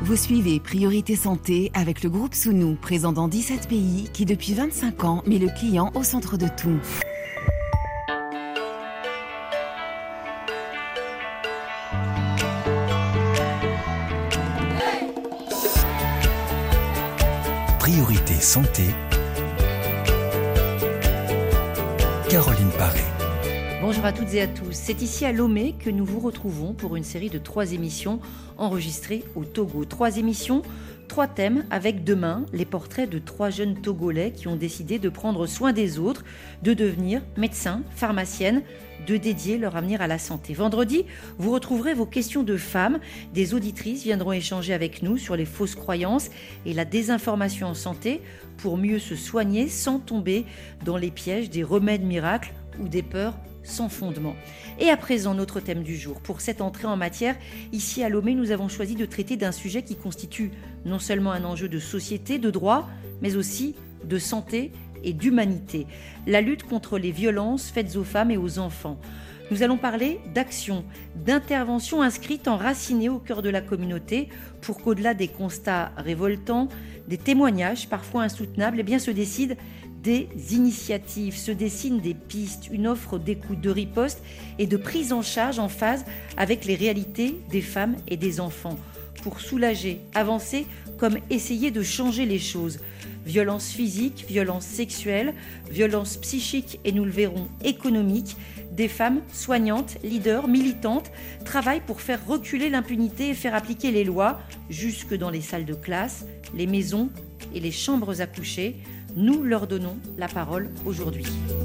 Vous suivez Priorité Santé avec le groupe Sounou, présent dans 17 pays, qui depuis 25 ans met le client au centre de tout. Priorité Santé, Caroline Paré. Bonjour à toutes et à tous. C'est ici à Lomé que nous vous retrouvons pour une série de 3 émissions enregistrées au Togo. 3 émissions, 3 thèmes avec demain les portraits de 3 jeunes Togolais qui ont décidé de prendre soin des autres, de devenir médecins, pharmaciennes, de dédier leur avenir à la santé. Vendredi, vous retrouverez vos questions de femmes. Des auditrices viendront échanger avec nous sur les fausses croyances et la désinformation en santé pour mieux se soigner sans tomber dans les pièges des remèdes miracles ou des peurs sans fondement. Et à présent, notre thème du jour. Pour cette entrée en matière, ici à Lomé, nous avons choisi de traiter d'un sujet qui constitue non seulement un enjeu de société, de droit, mais aussi de santé et d'humanité. La lutte contre les violences faites aux femmes et aux enfants. Nous allons parler d'actions, d'interventions inscrites, enracinées au cœur de la communauté pour qu'au-delà des constats révoltants, des témoignages parfois insoutenables, se décident des initiatives, se dessinent des pistes, une offre d'écoute, de riposte et de prise en charge en phase avec les réalités des femmes et des enfants, pour soulager, avancer, comme essayer de changer les choses. Violence physique, violence sexuelle, violence psychique et nous le verrons économique, des femmes soignantes, leaders, militantes, travaillent pour faire reculer l'impunité et faire appliquer les lois jusque dans les salles de classe, les maisons et les chambres à coucher. Nous leur donnons la parole aujourd'hui.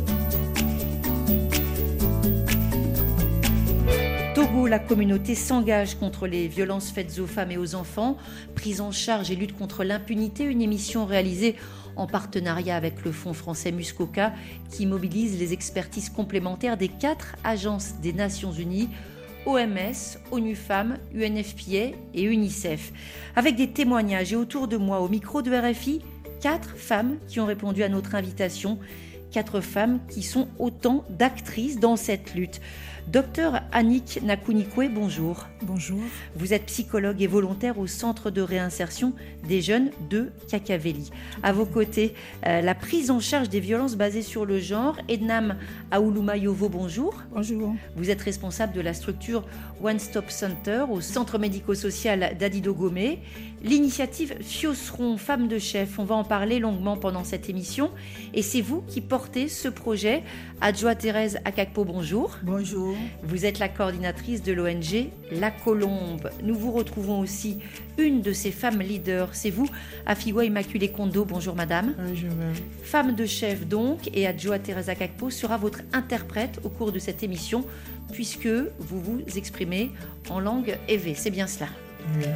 Togo, la communauté s'engage contre les violences faites aux femmes et aux enfants, prise en charge et lutte contre l'impunité, une émission réalisée en partenariat avec le Fonds français Muskoka qui mobilise les expertises complémentaires des 4 agences des Nations Unies, OMS, ONU Femmes, UNFPA et UNICEF. Avec des témoignages et autour de moi, au micro de RFI, 4 femmes qui ont répondu à notre invitation, 4 femmes qui sont autant d'actrices dans cette lutte. Docteur Annick Nakunikwe, bonjour. Bonjour. Vous êtes psychologue et volontaire au Centre de réinsertion des jeunes de Kakaveli. À vos côtés, la prise en charge des violences basées sur le genre. Ednam Aouloumayovo, bonjour. Bonjour. Vous êtes responsable de la structure One Stop Center au Centre médico-social d'Adidogomé. L'initiative Fiosron, Femmes de Chef, on va en parler longuement pendant cette émission. Et c'est vous qui portez ce projet. Adjoa Thérèse Akakpo, bonjour. Bonjour. Vous êtes la coordinatrice de l'ONG La Colombe. Nous vous retrouvons aussi une de ces femmes leaders. C'est vous, Afiwa Immaculée Kondo. Bonjour madame. Bonjour. Femme de chef donc, et Adjoa Thérèse Akakpo sera votre interprète au cours de cette émission puisque vous vous exprimez en langue évé. C'est bien cela. Oui.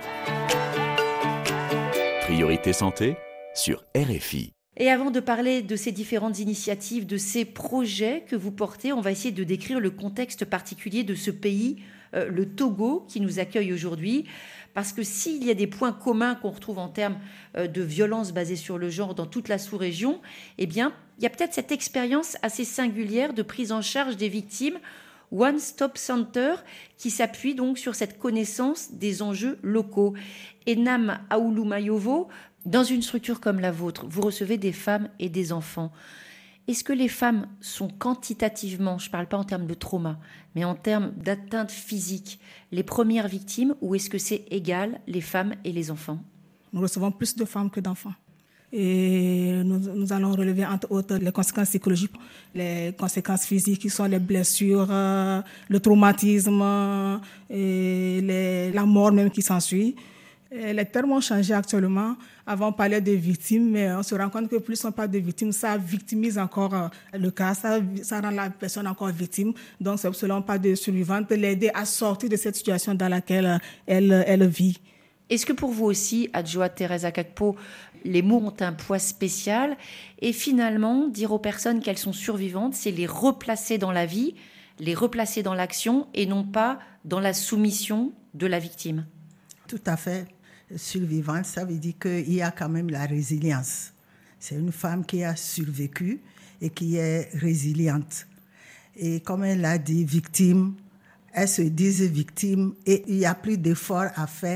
Priorité Santé sur RFI. Et avant de parler de ces différentes initiatives, de ces projets que vous portez, on va essayer de décrire le contexte particulier de ce pays, le Togo, qui nous accueille aujourd'hui. Parce que s'il y a des points communs qu'on retrouve en termes de violence basée sur le genre dans toute la sous-région, eh bien, il y a peut-être cette expérience assez singulière de prise en charge des victimes, One Stop Center, qui s'appuie donc sur cette connaissance des enjeux locaux. Ednam Aouloumayovo, dans une structure comme la vôtre, vous recevez des femmes et des enfants. Est-ce que les femmes sont quantitativement, je ne parle pas en termes de trauma, mais en termes d'atteinte physique, les premières victimes, ou est-ce que c'est égal, les femmes et les enfants ? Nous recevons plus de femmes que d'enfants. Et nous allons relever entre autres les conséquences psychologiques, les conséquences physiques qui sont les blessures, le traumatisme, et la mort même qui s'ensuit. Les termes ont changé actuellement. Avant, on parlait de victimes, mais on se rend compte que plus on parle de victimes, ça victimise encore le cas, ça rend la personne encore victime. Donc, c'est pour cela qu'on parle de survivante, l'aider à sortir de cette situation dans laquelle elle vit. Est-ce que pour vous aussi, Adjoa Thérèse Akakpo, les mots ont un poids spécial et finalement, dire aux personnes qu'elles sont survivantes, c'est les replacer dans la vie, les replacer dans l'action et non pas dans la soumission de la victime ? Tout à fait. Survivante, ça veut dire qu'il y a quand même la résilience. C'est une femme qui a survécu et qui est résiliente. Et comme elle l'a dit, victime, elles se disent victimes et il n'y a plus d'efforts à faire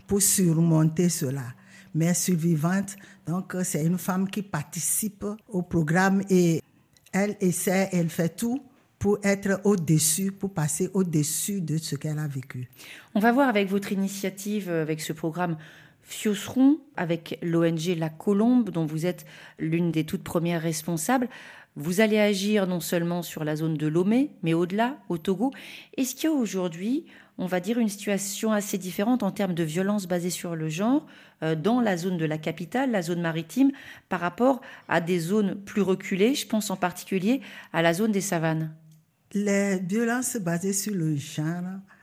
pour surmonter cela. Mère survivante, donc c'est une femme qui participe au programme et elle essaie, elle fait tout pour être au-dessus, pour passer au-dessus de ce qu'elle a vécu. On va voir avec votre initiative, avec ce programme Fiosron, avec l'ONG La Colombe, dont vous êtes l'une des toutes premières responsables. Vous allez agir non seulement sur la zone de Lomé, mais au-delà, au Togo. Est-ce qu'il y a aujourd'hui, on va dire, une situation assez différente en termes de violence basée sur le genre dans la zone de la capitale, la zone maritime, par rapport à des zones plus reculées? Je pense en particulier à la zone des savanes. Les violences basées sur le genre,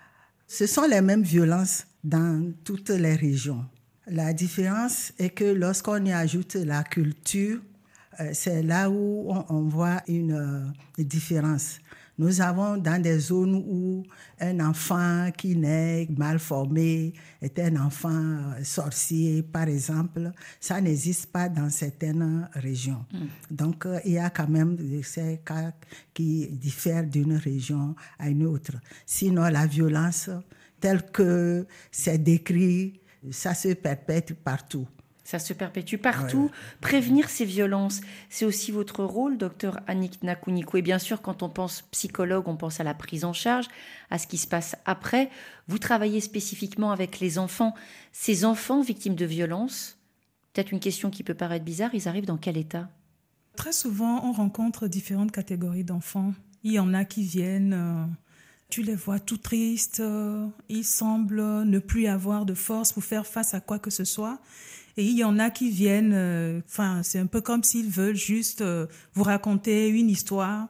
ce sont les mêmes violences dans toutes les régions. La différence est que lorsqu'on y ajoute la culture, c'est là où on voit une différence. Nous avons dans des zones où un enfant qui naît mal formé est un enfant sorcier, par exemple. Ça n'existe pas dans certaines régions. Donc, il y a quand même ces cas qui diffèrent d'une région à une autre. Sinon, la violence, telle que c'est décrit, ça se perpètre partout. Ça se perpétue partout. Ouais. Prévenir ces violences, c'est aussi votre rôle, docteur Annick Nakouniko. Et bien sûr, quand on pense psychologue, on pense à la prise en charge, à ce qui se passe après. Vous travaillez spécifiquement avec les enfants. Ces enfants victimes de violences, peut-être une question qui peut paraître bizarre, ils arrivent dans quel état? Très souvent, on rencontre différentes catégories d'enfants. Il y en a qui viennent... Tu les vois tout tristes, ils semblent ne plus avoir de force pour faire face à quoi que ce soit. Et il y en a qui viennent, c'est un peu comme s'ils veulent juste vous raconter une histoire.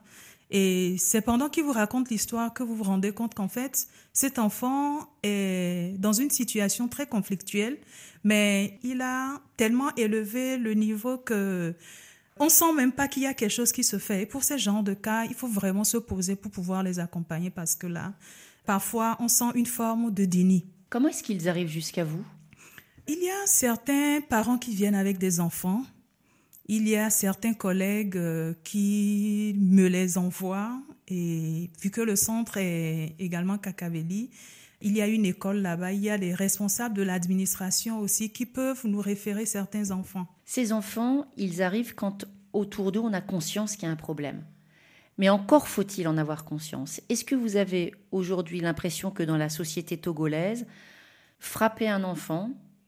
Et c'est pendant qu'ils vous racontent l'histoire que vous vous rendez compte qu'en fait, cet enfant est dans une situation très conflictuelle, mais il a tellement élevé le niveau que... on sent même pas qu'il y a quelque chose qui se fait. Et pour ces genres de cas, il faut vraiment se poser pour pouvoir les accompagner parce que là, parfois, on sent une forme de déni. Comment est-ce qu'ils arrivent jusqu'à vous? Il y a certains parents qui viennent avec des enfants. Il y a certains collègues qui me les envoient. Et vu que le centre est également Kakaveli, il y a une école là-bas. Il y a les responsables de l'administration aussi qui peuvent nous référer certains enfants. Ces enfants, ils arrivent quand autour d'eux, on a conscience qu'il y a un problème. Mais encore faut-il en avoir conscience. Est-ce que vous avez aujourd'hui l'impression que dans la société togolaise, frapper un enfant,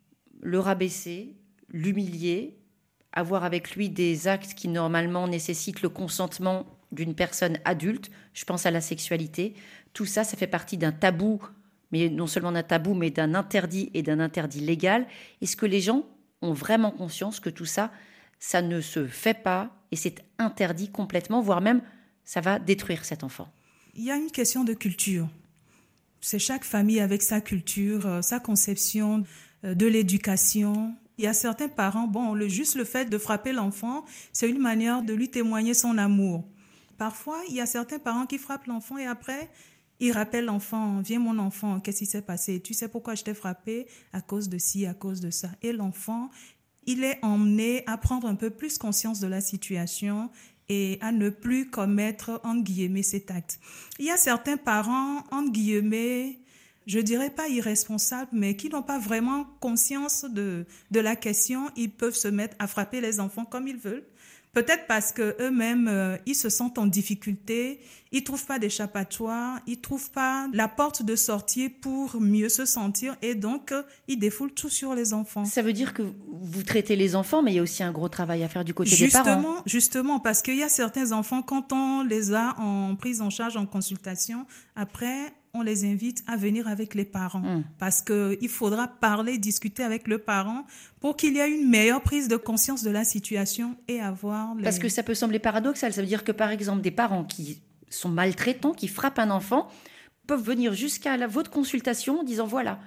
le rabaisser, l'humilier, avoir avec lui des actes qui normalement nécessitent le consentement d'une personne adulte, je pense à la sexualité, tout ça, ça fait partie d'un tabou, mais non seulement d'un tabou, mais d'un interdit et d'un interdit légal. Est-ce que les gens ont vraiment conscience que tout ça, ça ne se fait pas et c'est interdit complètement, voire même ça va détruire cet enfant? Il y a une question de culture. C'est chaque famille avec sa culture, sa conception de l'éducation. Il y a certains parents, juste le fait de frapper l'enfant, c'est une manière de lui témoigner son amour. Parfois, il y a certains parents qui frappent l'enfant et après, ils rappellent l'enfant, viens mon enfant, qu'est-ce qui s'est passé? Tu sais pourquoi je t'ai frappé? À cause de ci, à cause de ça. Et l'enfant, il est emmené à prendre un peu plus conscience de la situation et à ne plus commettre, entre guillemets, cet acte. Il y a certains parents, entre guillemets, je dirais pas irresponsables, mais qui n'ont pas vraiment conscience de la question. Ils peuvent se mettre à frapper les enfants comme ils veulent. Peut-être parce que eux-mêmes, ils se sentent en difficulté, ils trouvent pas d'échappatoire, ils trouvent pas la porte de sortie pour mieux se sentir et donc ils défoulent tout sur les enfants. Ça veut dire que vous traitez les enfants, mais il y a aussi un gros travail à faire du côté des parents. Justement, parce qu'il y a certains enfants, quand on les a en prise en charge, en consultation, après, on les invite à venir avec les parents parce qu'il faudra parler, discuter avec le parent pour qu'il y ait une meilleure prise de conscience de la situation et avoir... Parce que ça peut sembler paradoxal. Ça veut dire que, par exemple, des parents qui sont maltraitants, qui frappent un enfant, peuvent venir jusqu'à votre consultation en disant « Voilà,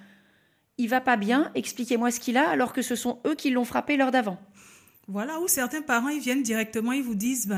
il va pas bien, expliquez-moi ce qu'il a », alors que ce sont eux qui l'ont frappé l'heure d'avant. Voilà, où certains parents, ils viennent directement, ils vous disent,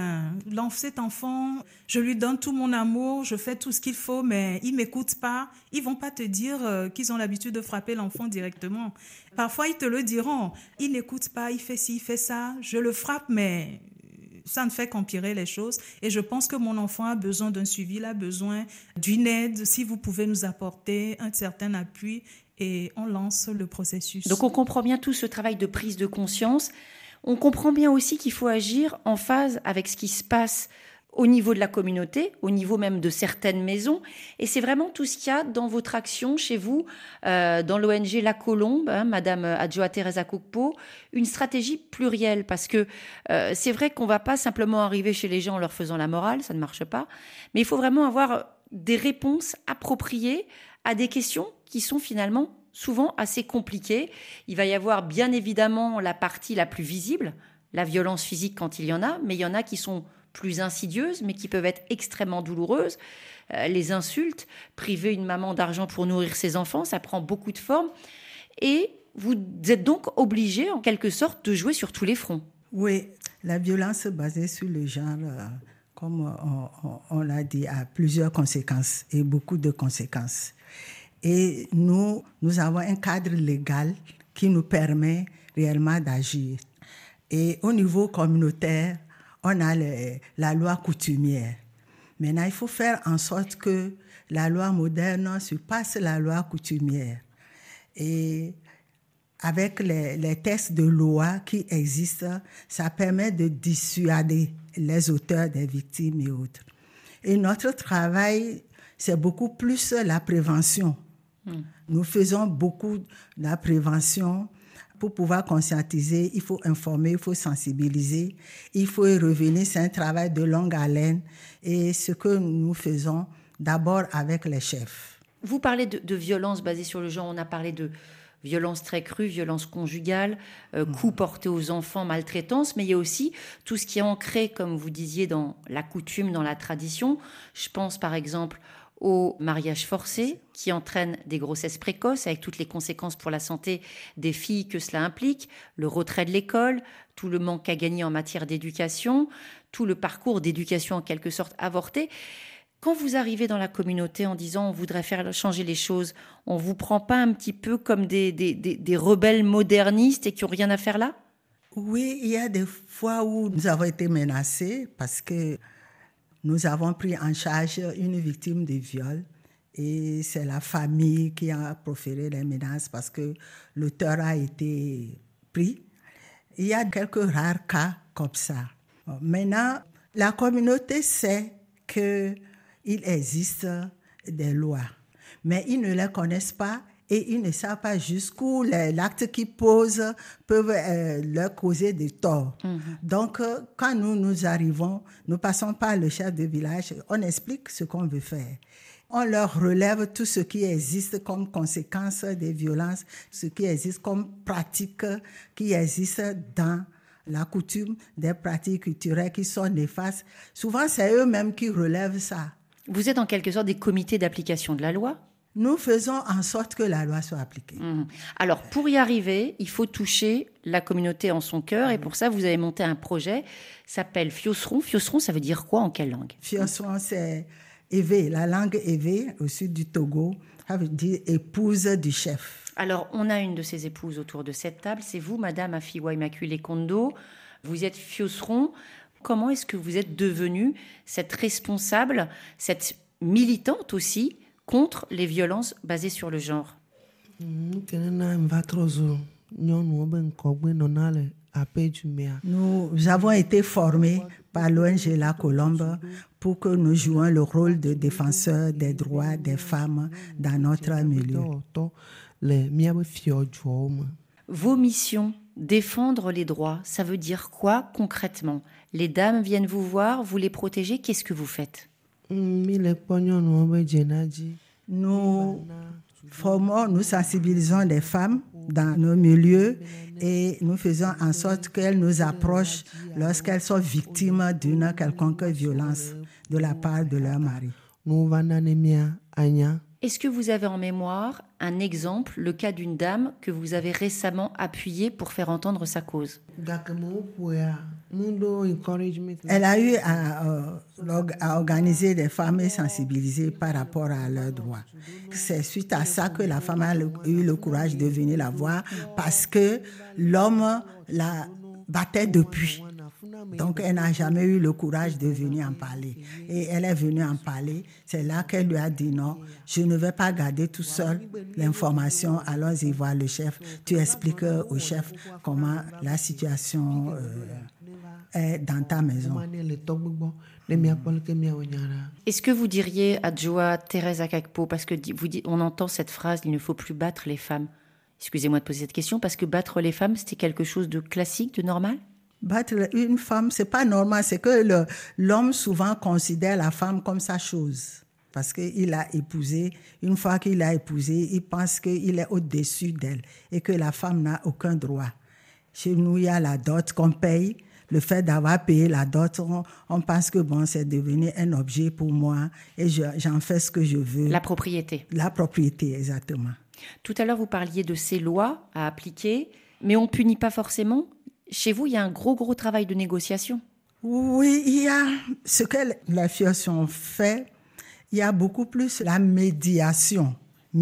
cet enfant, je lui donne tout mon amour, je fais tout ce qu'il faut, mais il m'écoute pas. Ils vont pas te dire qu'ils ont l'habitude de frapper l'enfant directement. Parfois, ils te le diront, il n'écoute pas, il fait ci, il fait ça, je le frappe, mais Ça ne fait qu'empirer les choses. Et je pense que mon enfant a besoin d'un suivi, il a besoin d'une aide. Si vous pouvez nous apporter un certain appui, et on lance le processus. Donc on comprend bien tout ce travail de prise de conscience. On comprend bien aussi qu'il faut agir en phase avec ce qui se passe au niveau de la communauté, au niveau même de certaines maisons. Et c'est vraiment tout ce qu'il y a dans votre action chez vous, dans l'ONG La Colombe, Madame Adjoa Teresa Kukpo, une stratégie plurielle. Parce que c'est vrai qu'on ne va pas simplement arriver chez les gens en leur faisant la morale, ça ne marche pas. Mais il faut vraiment avoir des réponses appropriées à des questions qui sont finalement souvent assez compliquées. Il va y avoir bien évidemment la partie la plus visible, la violence physique quand il y en a, mais il y en a qui sont plus insidieuses, mais qui peuvent être extrêmement douloureuses. Les insultes, priver une maman d'argent pour nourrir ses enfants, ça prend beaucoup de formes. Et vous êtes donc obligé, en quelque sorte, de jouer sur tous les fronts. Oui, la violence basée sur le genre, comme on l'a dit, a plusieurs conséquences et beaucoup de conséquences. Et nous avons un cadre légal qui nous permet réellement d'agir. Et au niveau communautaire, on a la loi coutumière. Maintenant, il faut faire en sorte que la loi moderne surpasse la loi coutumière. Et avec les textes de loi qui existent, ça permet de dissuader les auteurs des victimes et autres. Et notre travail, c'est beaucoup plus la prévention. Nous faisons beaucoup de la prévention. Pour pouvoir conscientiser, il faut informer, il faut sensibiliser, il faut y revenir. C'est un travail de longue haleine et ce que nous faisons d'abord avec les chefs. Vous parlez de violence basée sur le genre, on a parlé de violence très crue, violence conjugale, coups portés aux enfants, maltraitance, mais il y a aussi tout ce qui est ancré, comme vous disiez, dans la coutume, dans la tradition. Je pense par exemple au mariage forcé qui entraîne des grossesses précoces avec toutes les conséquences pour la santé des filles que cela implique, le retrait de l'école, tout le manque à gagner en matière d'éducation, tout le parcours d'éducation en quelque sorte avorté. Quand vous arrivez dans la communauté en disant on voudrait faire changer les choses, on ne vous prend pas un petit peu comme des rebelles modernistes et qui n'ont rien à faire là ? Oui, il y a des fois où nous avons été menacés parce que nous avons pris en charge une victime de viol et c'est la famille qui a proféré les menaces parce que l'auteur a été pris. Il y a quelques rares cas comme ça. Maintenant, la communauté sait qu'il existe des lois, mais ils ne les connaissent pas et ils ne savent pas jusqu'où l'acte qu'ils posent peuvent leur causer des torts. Donc, quand nous arrivons, nous passons par le chef de village, on explique ce qu'on veut faire. On leur relève tout ce qui existe comme conséquence des violences, ce qui existe comme pratique qui existe dans la coutume, des pratiques culturelles qui sont néfastes. Souvent, c'est eux-mêmes qui relèvent ça. Vous êtes en quelque sorte des comités d'application de la loi ? Nous faisons en sorte que la loi soit appliquée. Alors, pour y arriver, il faut toucher la communauté en son cœur. Et pour ça, vous avez monté un projet qui s'appelle Fiosron. Fiosron, ça veut dire quoi en quelle langue ? Fiosron, c'est Evé, la langue Evé, au sud du Togo. Ça veut dire épouse du chef. Alors, on a une de ces épouses autour de cette table. C'est vous, Madame Afiwa Immaculée Kondo. Vous êtes Fiosron. Comment est-ce que vous êtes devenue cette responsable, cette militante aussi, contre les violences basées sur le genre? Nous avons été formés par l'ONG La Colombe pour que nous jouions le rôle de défenseurs des droits des femmes dans notre milieu. Vos missions, défendre les droits, ça veut dire quoi concrètement? Les dames viennent vous voir, vous les protégez, qu'est-ce que vous faites? Nous formons, nous sensibilisons les femmes dans nos milieux et nous faisons en sorte qu'elles nous approchent lorsqu'elles sont victimes d'une quelconque violence de la part de leur mari. Est-ce que vous avez en mémoire un exemple, le cas d'une dame que vous avez récemment appuyée pour faire entendre sa cause? Elle a eu à organiser des femmes et sensibiliser par rapport à leurs droits. C'est suite à ça que la femme a eu le courage de venir la voir parce que l'homme la battait depuis. Donc, elle n'a jamais eu le courage de venir en parler. Et elle est venue en parler. C'est là qu'elle lui a dit non, je ne vais pas garder tout seul l'information. Allons-y voir le chef. Tu expliques au chef comment la situation est dans ta maison. Est-ce que vous diriez à Joa Teresa Kakpo, parce que on entend cette phrase, il ne faut plus battre les femmes. Excusez-moi de poser cette question, parce que battre les femmes, c'était quelque chose de classique, de normal? Battre une femme, c'est pas normal. C'est que l'homme souvent considère la femme comme sa chose. Parce qu'il a épousé. Une fois qu'il a épousé, il pense qu'il est au-dessus d'elle et que la femme n'a aucun droit. Chez nous, il y a la dot qu'on paye. Le fait d'avoir payé la dot, on pense que bon, c'est devenu un objet pour moi et j'en fais ce que je veux. La propriété. La propriété, exactement. Tout à l'heure, vous parliez de ces lois à appliquer, mais on ne punit pas forcément. Chez vous, il y a un gros travail de négociation. Oui, il y a ce que la filiation fait, il y a beaucoup plus la médiation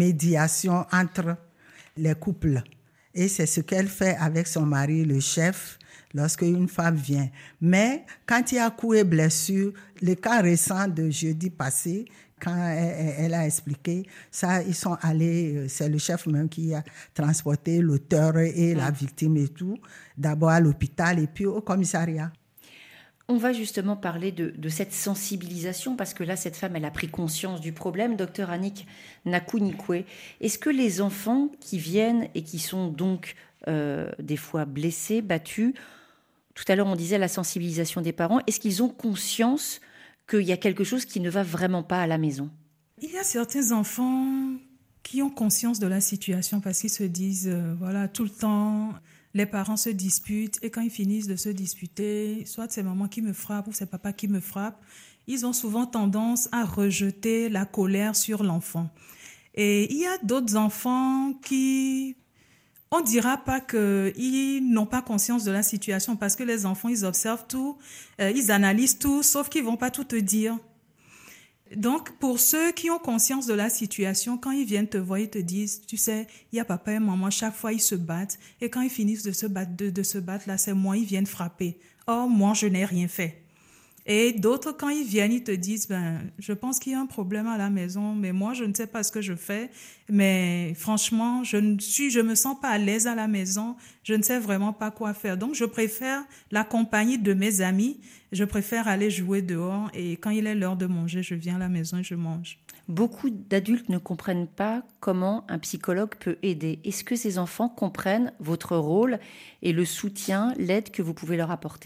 entre les couples. Et c'est ce qu'elle fait avec son mari, le chef, lorsque une femme vient. Mais quand il y a coup et blessure, le cas récent de jeudi passé, quand elle a expliqué ça, ils sont allés, c'est le chef même qui a transporté l'auteur et la victime et tout, d'abord à l'hôpital et puis au commissariat. On va justement parler de cette sensibilisation, parce que là, cette femme, elle a pris conscience du problème. Docteur Annick Nakunikwe, est-ce que les enfants qui viennent et qui sont donc des fois blessés, battus, tout à l'heure on disait la sensibilisation des parents, est-ce qu'ils ont conscience qu'il y a quelque chose qui ne va vraiment pas à la maison? Il y a certains enfants qui ont conscience de la situation parce qu'ils se disent, voilà, tout le temps, les parents se disputent et quand ils finissent de se disputer, soit c'est maman qui me frappe ou c'est papa qui me frappe, ils ont souvent tendance à rejeter la colère sur l'enfant. Et il y a d'autres enfants qui... On ne dira pas qu'ils n'ont pas conscience de la situation parce que les enfants, ils observent tout, ils analysent tout, sauf qu'ils ne vont pas tout te dire. Donc, pour ceux qui ont conscience de la situation, quand ils viennent te voir, ils te disent, tu sais, il y a papa et maman, chaque fois, ils se battent. Et quand ils finissent de se battre, là, c'est moi, ils viennent frapper. Or, moi, je n'ai rien fait. Et d'autres, quand ils viennent, ils te disent, je pense qu'il y a un problème à la maison, mais moi, je ne sais pas ce que je fais. Mais franchement, je me sens pas à l'aise à la maison. Je ne sais vraiment pas quoi faire. Donc, je préfère la compagnie de mes amis. Je préfère aller jouer dehors. Et quand il est l'heure de manger, je viens à la maison et je mange. Beaucoup d'adultes ne comprennent pas comment un psychologue peut aider. Est-ce que ces enfants comprennent votre rôle et le soutien, l'aide que vous pouvez leur apporter ?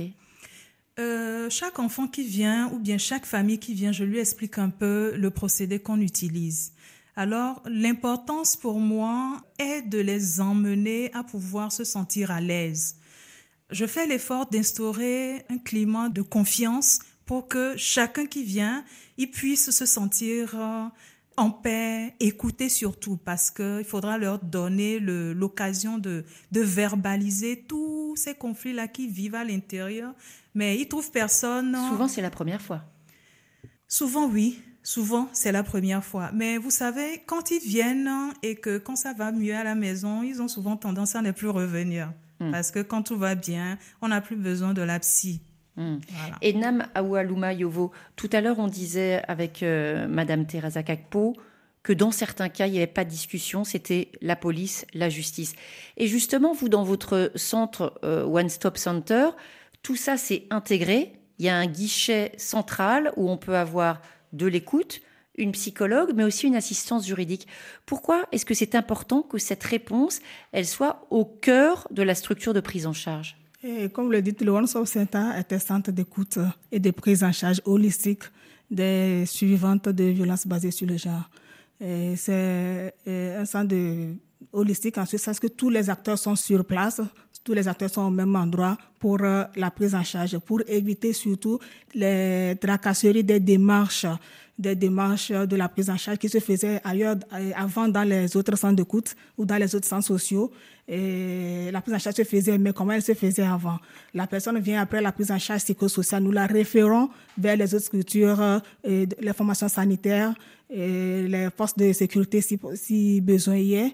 Chaque enfant qui vient ou bien chaque famille qui vient, je lui explique un peu le procédé qu'on utilise. Alors, l'importance pour moi est de les emmener à pouvoir se sentir à l'aise. Je fais l'effort d'instaurer un climat de confiance pour que chacun qui vient, il puisse se sentir en paix, écouter surtout, parce qu'il faudra leur donner l'occasion de verbaliser tous ces conflits-là qui vivent à l'intérieur, mais ils trouvent personne. Souvent, c'est la première fois. Souvent, oui. Souvent, c'est la première fois. Mais vous savez, quand ils viennent et que quand ça va mieux à la maison, ils ont souvent tendance à ne plus revenir. Parce que quand tout va bien, on n'a plus besoin de la psy. Voilà. Et Nam Awaluma Yovo, tout à l'heure on disait avec Madame Teresa Kakpo que dans certains cas il n'y avait pas de discussion, c'était la police, la justice. Et justement vous dans votre centre One Stop Center, tout ça c'est intégré, il y a un guichet central où on peut avoir de l'écoute, une psychologue mais aussi une assistance juridique. Pourquoi est-ce que c'est important que cette réponse elle soit au cœur de la structure de prise en charge ? Et comme vous le dites, le One Stop Center est un centre d'écoute et de prise en charge holistique des suivantes de violences basées sur le genre. Et c'est un centre holistique en ce sens que tous les acteurs sont sur place, tous les acteurs sont au même endroit pour la prise en charge, pour éviter surtout les tracasseries des démarches de la prise en charge qui se faisaient ailleurs, avant dans les autres centres d'écoute ou dans les autres centres sociaux. Et la prise en charge se faisait, mais comment elle se faisait avant? La personne vient après la prise en charge psychosociale, nous la référons vers les autres structures, les formations sanitaires, et les forces de sécurité si besoin y est.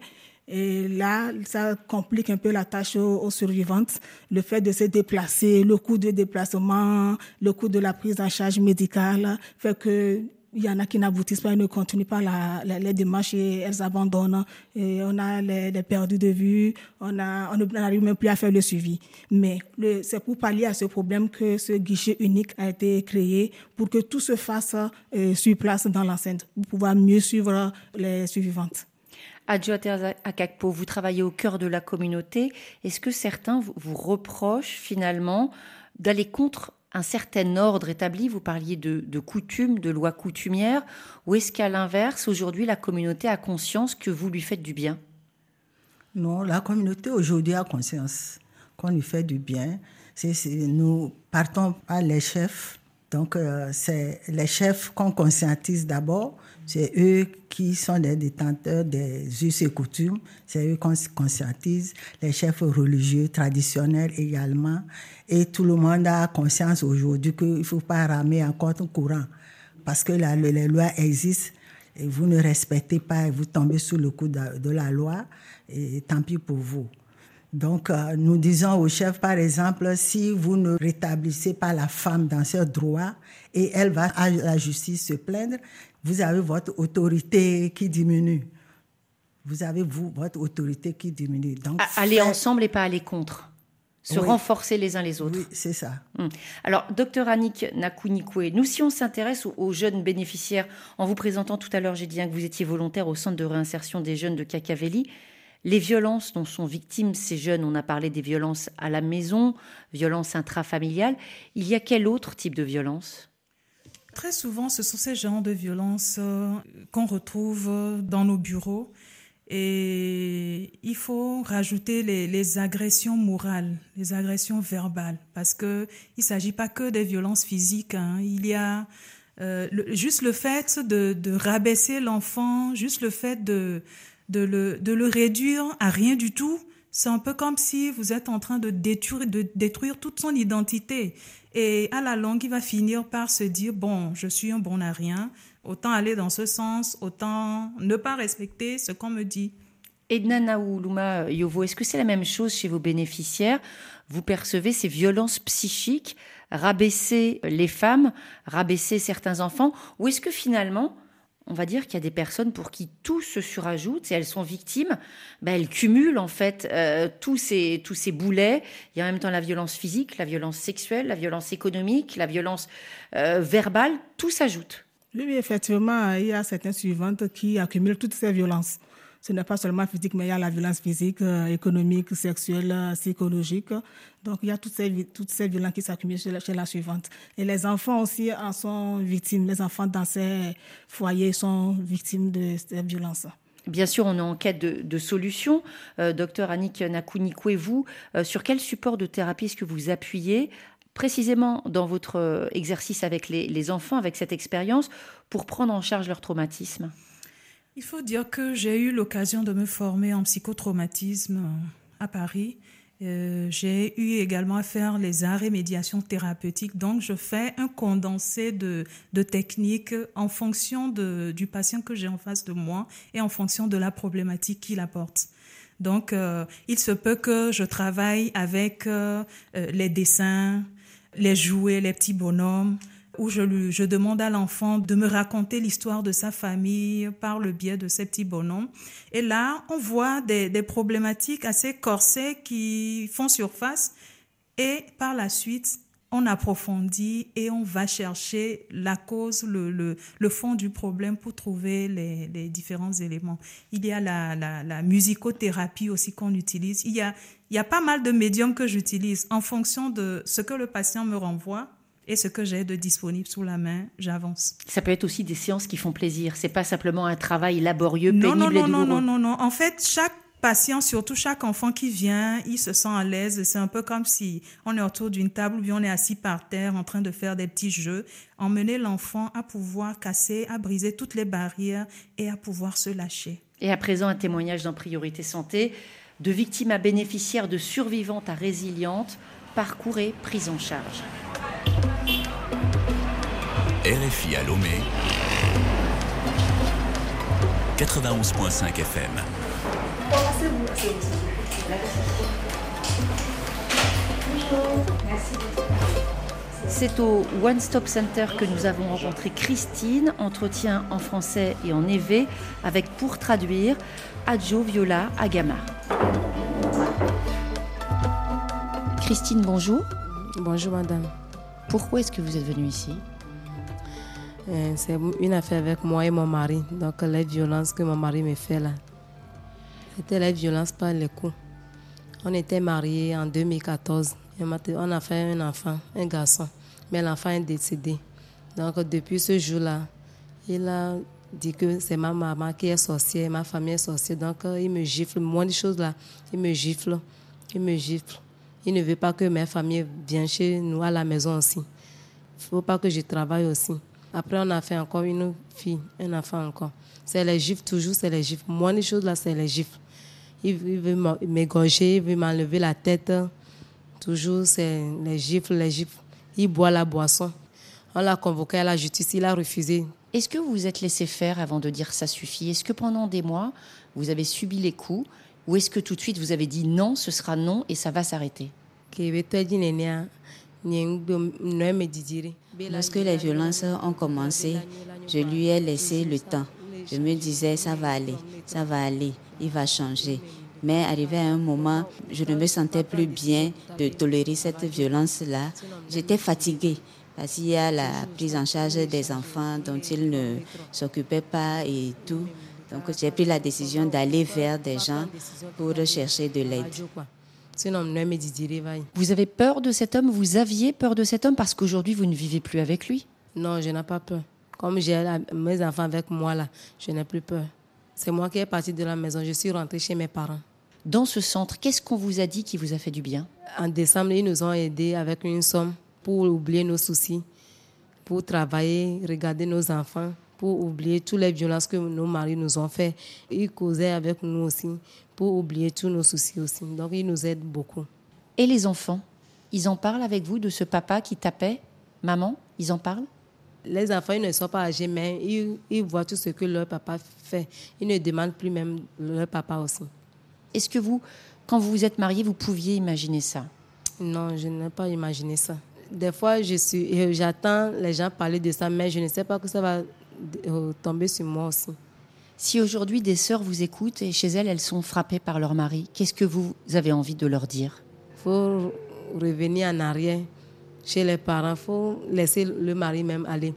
Et là, ça complique un peu la tâche aux survivantes. Le fait de se déplacer, le coût de déplacement, le coût de la prise en charge médicale fait que il y en a qui n'aboutissent pas, ne continuent pas les démarches et elles abandonnent. Et on a les perdus de vue, on n'arrive même plus à faire le suivi. Mais c'est pour pallier à ce problème que ce guichet unique a été créé pour que tout se fasse sur place dans l'enceinte, pour pouvoir mieux suivre les survivantes. Adjoa Teresa Akakpo, vous travaillez au cœur de la communauté. Est-ce que certains vous reprochent finalement d'aller contre un certain ordre établi? Vous parliez de coutumes, de lois coutumières. Ou est-ce qu'à l'inverse, aujourd'hui, la communauté a conscience que vous lui faites du bien? Non, la communauté aujourd'hui a conscience qu'on lui fait du bien. Nous partons par les chefs. Donc, c'est les chefs qu'on conscientise d'abord. C'est eux qui sont des détenteurs des us et coutumes. C'est eux qu'on conscientise. Les chefs religieux, traditionnels également. Et tout le monde a conscience aujourd'hui qu'il ne faut pas ramer en compte courant. Parce que les lois existent et vous ne respectez pas et vous tombez sous le coup de la loi. Et tant pis pour vous. Donc, nous disons aux chefs, par exemple, si vous ne rétablissez pas la femme dans ses droits et elle va à la justice se plaindre, vous avez votre autorité qui diminue. Vous avez, votre autorité qui diminue. Donc, aller ensemble et pas aller contre. Se renforcer les uns les autres. Oui, c'est ça. Alors, docteur Annick Nakunikwe, nous, si on s'intéresse aux jeunes bénéficiaires, en vous présentant tout à l'heure, j'ai dit que vous étiez volontaire au centre de réinsertion des jeunes de Kakaveli. Les violences dont sont victimes ces jeunes, on a parlé des violences à la maison, violences intrafamiliales. Il y a quel autre type de violence? Très souvent, ce sont ces genres de violences qu'on retrouve dans nos bureaux. Et il faut rajouter les agressions morales, les agressions verbales, parce qu'il ne s'agit pas que des violences physiques. Il y a juste le fait de rabaisser l'enfant, juste le fait de le réduire à rien du tout. C'est un peu comme si vous êtes en train de détruire toute son identité. Et à la longue, il va finir par se dire, bon, je suis un bon à rien, autant aller dans ce sens, autant ne pas respecter ce qu'on me dit. Edna Naoulouma Yovo, est-ce que c'est la même chose chez vos bénéficiaires? Vous percevez ces violences psychiques, rabaisser les femmes, rabaisser certains enfants, ou est-ce que finalement, on va dire qu'il y a des personnes pour qui tout se surajoute et elles sont victimes, elles cumulent en fait tous ces boulets. Il y a en même temps la violence physique, la violence sexuelle, la violence économique, la violence verbale, tout s'ajoute. Oui, effectivement, il y a certaines suivantes qui accumulent toutes ces violences. Ce n'est pas seulement physique, mais il y a la violence physique, économique, sexuelle, psychologique. Donc, il y a toutes ces violences qui s'accumulent chez la suivante. Et les enfants aussi en sont victimes. Les enfants dans ces foyers sont victimes de ces violences. Bien sûr, on est en quête de solutions. Docteur Annick Nakunikwe, vous, sur quel support de thérapie est-ce que vous appuyez précisément dans votre exercice avec les enfants, avec cette expérience, pour prendre en charge leur traumatisme? Il faut dire que j'ai eu l'occasion de me former en psychotraumatisme à Paris. J'ai eu également à faire les arts et médiations thérapeutiques. Donc, je fais un condensé de techniques en fonction du patient que j'ai en face de moi et en fonction de la problématique qu'il apporte. Donc, il se peut que je travaille avec les dessins, les jouets, les petits bonhommes, où je demande à l'enfant de me raconter l'histoire de sa famille par le biais de ces petits bonhommes. Et là, on voit des problématiques assez corsées qui font surface. Et par la suite, on approfondit et on va chercher la cause, le fond du problème pour trouver les différents éléments. Il y a la musicothérapie aussi qu'on utilise. Il y a pas mal de médiums que j'utilise en fonction de ce que le patient me renvoie. Et ce que j'ai de disponible sous la main, j'avance. Ça peut être aussi des séances qui font plaisir. C'est pas simplement un travail laborieux, pénible et douloureux. Non. En fait, chaque patient, surtout chaque enfant qui vient, il se sent à l'aise. C'est un peu comme si on est autour d'une table ou bien on est assis par terre en train de faire des petits jeux. Emmener l'enfant à pouvoir casser, à briser toutes les barrières et à pouvoir se lâcher. Et à présent, un témoignage dans Priorité Santé de victimes à bénéficiaires, de survivantes à résilientes, parcours et prise en charge. RFI à Lomé, 91.5 FM. C'est au One Stop Center que nous avons rencontré Christine, entretien en français et en évé, avec pour traduire Adjo Viola Agama. Christine, bonjour. Bonjour madame. Pourquoi est-ce que vous êtes venue ici ? C'est une affaire avec moi et mon mari. Donc les violences que mon mari me fait là, c'était les violences par les coups. On était mariés en 2014. On a fait un enfant, un garçon. Mais l'enfant est décédé. Donc depuis ce jour-là, il a dit que c'est ma maman qui est sorcière, ma famille est sorcière. Donc il me gifle. Moi, des choses là, il me gifle. Il ne veut pas que ma famille vienne chez nous à la maison aussi. Il ne faut pas que je travaille aussi. Après, on a fait encore une fille, un enfant encore. C'est les gifles, toujours, c'est les gifles. Moi, les choses là, c'est les gifles. Il veut m'égorger, il veut m'enlever la tête. Toujours, c'est les gifles, les gifles. Il boit la boisson. On l'a convoqué à la justice, il a refusé. Est-ce que vous vous êtes laissé faire avant de dire ça suffit ? Est-ce que pendant des mois, vous avez subi les coups ? Ou est-ce que tout de suite, vous avez dit non, ce sera non et ça va s'arrêter ? Lorsque les violences ont commencé, je lui ai laissé le temps. Je me disais, ça va aller, il va changer. Mais arrivé à un moment, je ne me sentais plus bien de tolérer cette violence-là. J'étais fatiguée parce qu'il y a la prise en charge des enfants dont il ne s'occupait pas et tout. Donc j'ai pris la décision d'aller vers des gens pour chercher de l'aide. Vous avez peur de cet homme ? Vous aviez peur de cet homme parce qu'aujourd'hui, vous ne vivez plus avec lui ? Non, je n'ai pas peur. Comme j'ai mes enfants avec moi, là, je n'ai plus peur. C'est moi qui est partie de la maison. Je suis rentrée chez mes parents. Dans ce centre, qu'est-ce qu'on vous a dit qui vous a fait du bien ? En décembre, ils nous ont aidés avec une somme pour oublier nos soucis, pour travailler, regarder nos enfants, pour oublier toutes les violences que nos maris nous ont fait. Ils causaient avec nous aussi, pour oublier tous nos soucis aussi. Donc, ils nous aident beaucoup. Et les enfants, ils en parlent avec vous de ce papa qui tapait ? Maman, ils en parlent ? Les enfants, ils ne sont pas âgés, mais ils voient tout ce que leur papa fait. Ils ne demandent plus même leur papa aussi. Est-ce que vous, quand vous vous êtes mariés, vous pouviez imaginer ça ? Non, je n'ai pas imaginé ça. Des fois, j'attends les gens parler de ça, mais je ne sais pas que ça va tomber sur moi aussi. Si aujourd'hui des sœurs vous écoutent et chez elles sont frappées par leur mari, qu'est-ce que vous avez envie de leur dire ? Il faut revenir en arrière chez les parents, il faut laisser le mari même aller.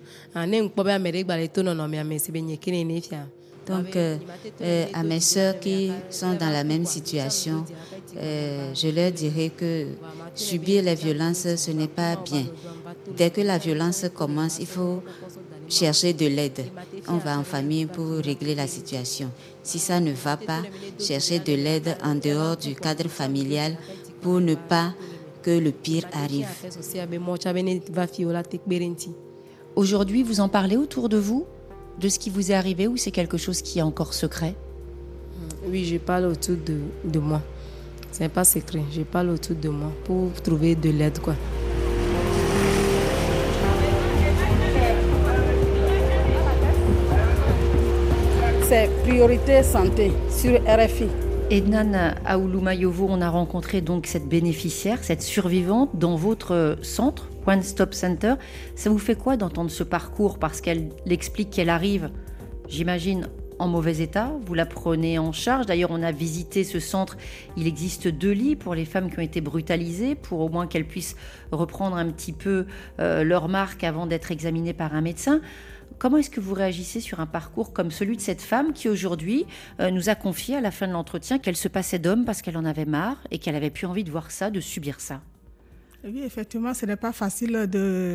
Donc, à mes sœurs qui sont dans la même situation, je leur dirais que subir les violences, ce n'est pas bien. Dès que la violence commence, il faut chercher de l'aide. On va en famille pour régler la situation. Si ça ne va pas, chercher de l'aide en dehors du cadre familial pour ne pas que le pire arrive. Aujourd'hui, vous en parlez autour de vous ? De ce qui vous est arrivé ou c'est quelque chose qui est encore secret ? Oui, je parle autour de moi. Ce n'est pas secret. Je parle autour de moi pour trouver de l'aide, quoi. C'est priorité santé sur RFI. Ednan Aouloumayovo, on a rencontré donc cette bénéficiaire, cette survivante dans votre centre, One Stop Center. Ça vous fait quoi d'entendre ce parcours ? Parce qu'elle explique qu'elle arrive, j'imagine, en mauvais état. Vous la prenez en charge. D'ailleurs, on a visité ce centre. Il existe 2 lits pour les femmes qui ont été brutalisées, pour au moins qu'elles puissent reprendre un petit peu leur marque avant d'être examinées par un médecin. Comment est-ce que vous réagissez sur un parcours comme celui de cette femme qui aujourd'hui nous a confié à la fin de l'entretien qu'elle se passait d'homme parce qu'elle en avait marre et qu'elle avait plus envie de voir ça, de subir ça ? Oui, effectivement, ce n'est pas facile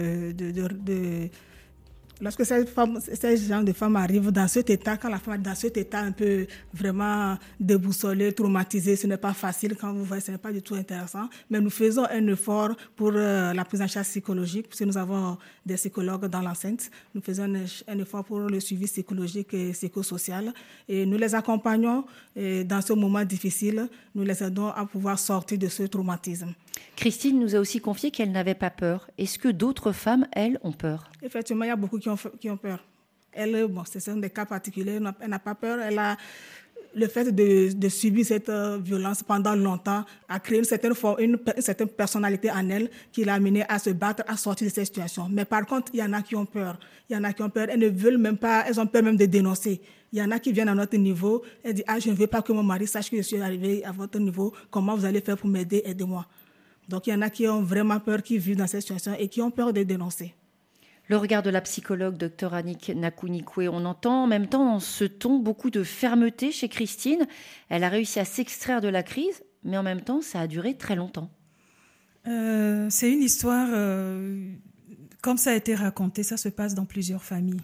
lorsque ces gens de femmes arrivent dans cet état, quand la femme est dans cet état un peu vraiment déboussolé, traumatisé, ce n'est pas facile. Quand vous voyez, ce n'est pas du tout intéressant. Mais nous faisons un effort pour la prise en charge psychologique, puisque nous avons des psychologues dans l'enceinte. Nous faisons un effort pour le suivi psychologique et psychosocial. Et nous les accompagnons dans ce moment difficile. Nous les aidons à pouvoir sortir de ce traumatisme. Christine nous a aussi confié qu'elle n'avait pas peur. Est-ce que d'autres femmes, elles, ont peur ? Effectivement, il y a beaucoup qui ont peur. Elle, ce sont des cas particuliers, elle n'a pas peur. le fait de subir cette violence pendant longtemps a créé une certaine personnalité en elle qui l'a amenée à se battre, à sortir de cette situation. Mais par contre, il y en a qui ont peur. Elles ne veulent même pas, elles ont peur même de dénoncer. Il y en a qui viennent à notre niveau et disent « je ne veux pas que mon mari sache que je suis arrivée à votre niveau. Comment vous allez faire pour m'aider? Aidez-moi. » Donc, il y en a qui ont vraiment peur, qui vivent dans cette situation et qui ont peur de dénoncer. Le regard de la psychologue Dr Annick Nakunikwe, on entend en même temps dans ce ton beaucoup de fermeté chez Christine. Elle a réussi à s'extraire de la crise, mais en même temps, ça a duré très longtemps. C'est une histoire, comme ça a été raconté, ça se passe dans plusieurs familles.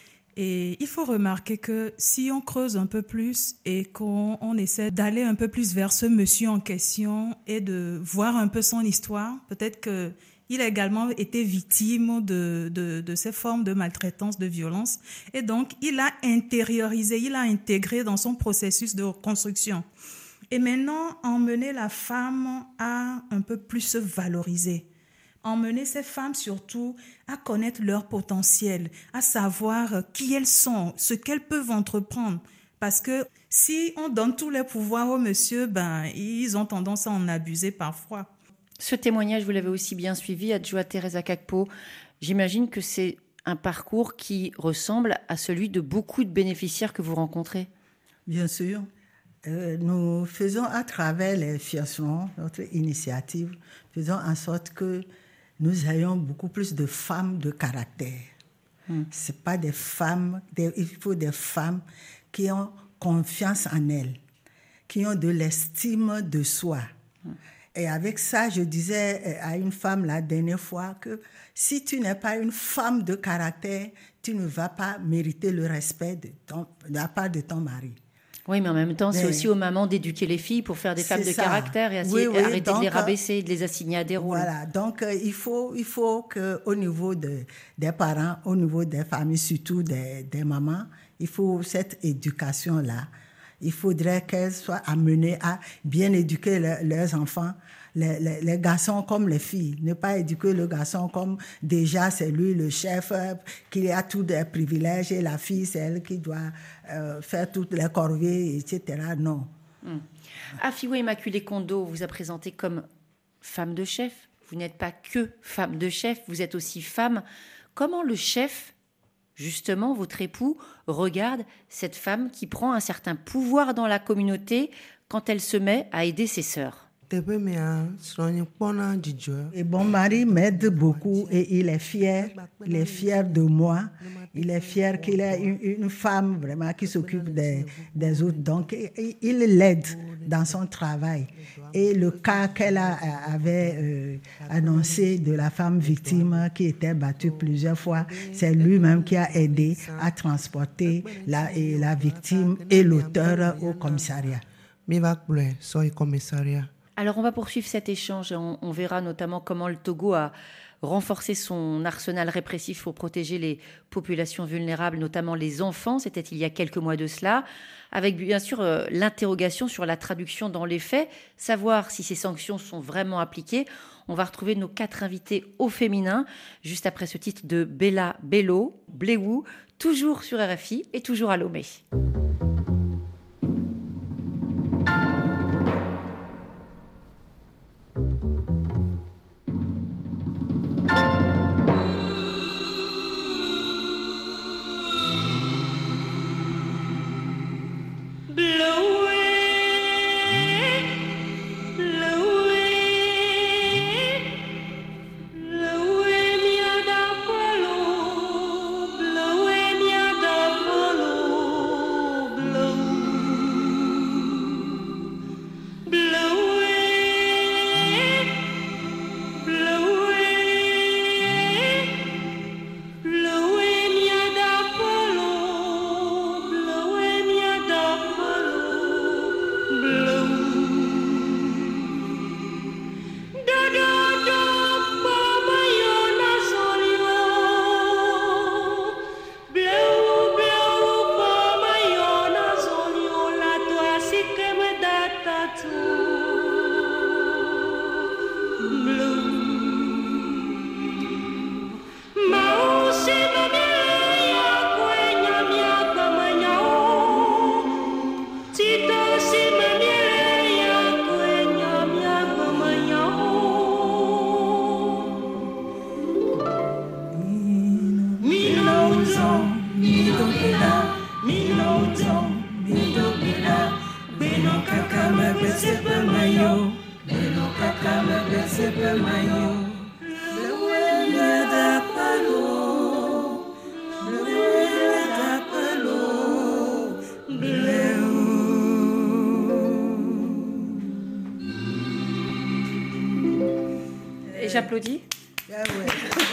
Et il faut remarquer que si on creuse un peu plus et qu'on essaie d'aller un peu plus vers ce monsieur en question et de voir un peu son histoire, peut-être que il a également été victime de ces formes de maltraitance, de violence. Et donc, il a intériorisé, il a intégré dans son processus de reconstruction. Et maintenant, emmener la femme à un peu plus se valoriser. Emmener ces femmes surtout à connaître leur potentiel, à savoir qui elles sont, ce qu'elles peuvent entreprendre. Parce que si on donne tous les pouvoirs aux messieurs, ils ont tendance à en abuser parfois. Ce témoignage, vous l'avez aussi bien suivi, Adjoa Teresa Kakpo. J'imagine que c'est un parcours qui ressemble à celui de beaucoup de bénéficiaires que vous rencontrez. Bien sûr. Nous faisons à travers les fiancements, notre initiative, faisons en sorte que nous ayons beaucoup plus de femmes de caractère. C'est pas des femmes, il faut des femmes qui ont confiance en elles, qui ont de l'estime de soi. Et avec ça, je disais à une femme la dernière fois que si tu n'es pas une femme de caractère, tu ne vas pas mériter le respect de la part de ton mari. Oui, mais en même temps, c'est aussi aux mamans d'éduquer les filles pour faire des femmes de caractère et arrêter de les rabaisser, de les assigner à des rôles. Voilà, donc il faut qu'au niveau des parents, au niveau des familles, surtout des mamans, il faut cette éducation-là. Il faudrait qu'elles soient amenées à bien éduquer leurs enfants, les garçons comme les filles. Ne pas éduquer le garçon comme déjà c'est lui le chef, qui a tous les privilèges, et la fille c'est elle qui doit faire toutes les corvées, etc. Non. Afiwe Immaculée Kondo vous a présenté comme femme de chef. Vous n'êtes pas que femme de chef, vous êtes aussi femme. Comment le chef, justement, votre époux, regarde cette femme qui prend un certain pouvoir dans la communauté quand elle se met à aider ses sœurs? Et mon mari m'aide beaucoup et il est fier de moi. Il est fier qu'il ait une femme vraiment qui s'occupe des autres. Donc, il l'aide dans son travail. Et le cas qu'elle avait annoncé de la femme victime qui était battue plusieurs fois, c'est lui-même qui a aidé à transporter la victime et l'auteur au commissariat. Alors, on va poursuivre cet échange. On verra notamment comment le Togo a renforcé son arsenal répressif pour protéger les populations vulnérables, notamment les enfants. C'était il y a quelques mois de cela, avec bien sûr l'interrogation sur la traduction dans les faits, savoir si ces sanctions sont vraiment appliquées. On va retrouver nos 4 invités au féminin, juste après ce titre de Bella Bello, Bléou, toujours sur RFI et toujours à Lomé. Et j'applaudis. Ah ouais.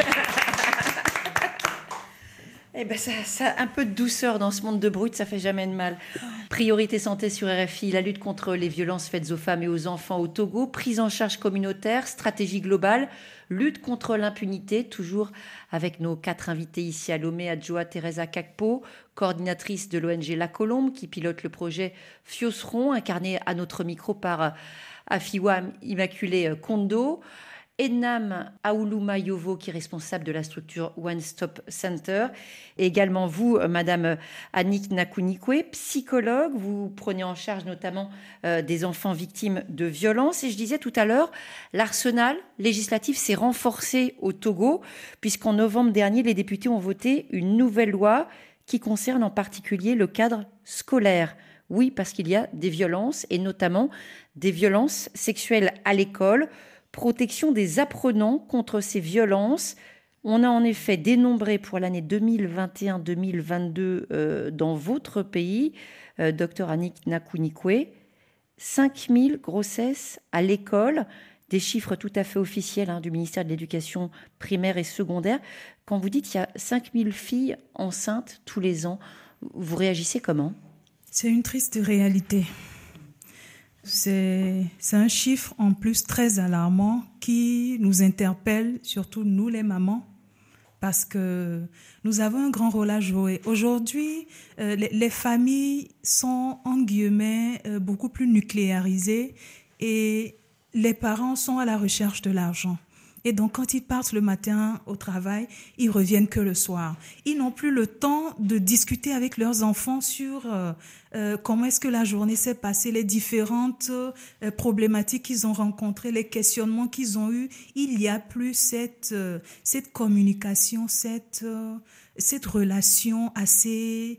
Eh ben ça un peu de douceur dans ce monde de brut, ça fait jamais de mal. Priorité santé sur RFI, la lutte contre les violences faites aux femmes et aux enfants au Togo, prise en charge communautaire, stratégie globale, lutte contre l'impunité, toujours avec nos 4 invités ici à Lomé, Adjoa Teresa Kakpo, coordinatrice de l'ONG La Colombe, qui pilote le projet Fiosron, incarné à notre micro par Afiwa Immaculée Kondo, Ednam Aoulouma Yovo, qui est responsable de la structure One Stop Center, et également vous, Madame Annick Nakunikwe, psychologue. Vous prenez en charge notamment des enfants victimes de violences. Et je disais tout à l'heure, l'arsenal législatif s'est renforcé au Togo, puisqu'en novembre dernier, les députés ont voté une nouvelle loi qui concerne en particulier le cadre scolaire. Oui, parce qu'il y a des violences, et notamment des violences sexuelles à l'école. Protection des apprenants contre ces violences. On a en effet dénombré pour l'année 2021-2022 dans votre pays, Dr Annick Nakunikwe, 5000 grossesses à l'école, des chiffres tout à fait officiels du ministère de l'Éducation primaire et secondaire. Quand vous dites qu'il y a 5000 filles enceintes tous les ans, vous réagissez comment ? C'est une triste réalité. C'est un chiffre en plus très alarmant qui nous interpelle, surtout nous les mamans, parce que nous avons un grand rôle à jouer. Aujourd'hui, les familles sont, en guillemets, beaucoup plus nucléarisées et les parents sont à la recherche de l'argent. Et donc, quand ils partent le matin au travail, ils reviennent que le soir. Ils n'ont plus le temps de discuter avec leurs enfants sur comment est-ce que la journée s'est passée, les différentes problématiques qu'ils ont rencontrées, les questionnements qu'ils ont eus. Il n'y a plus cette communication, cette relation assez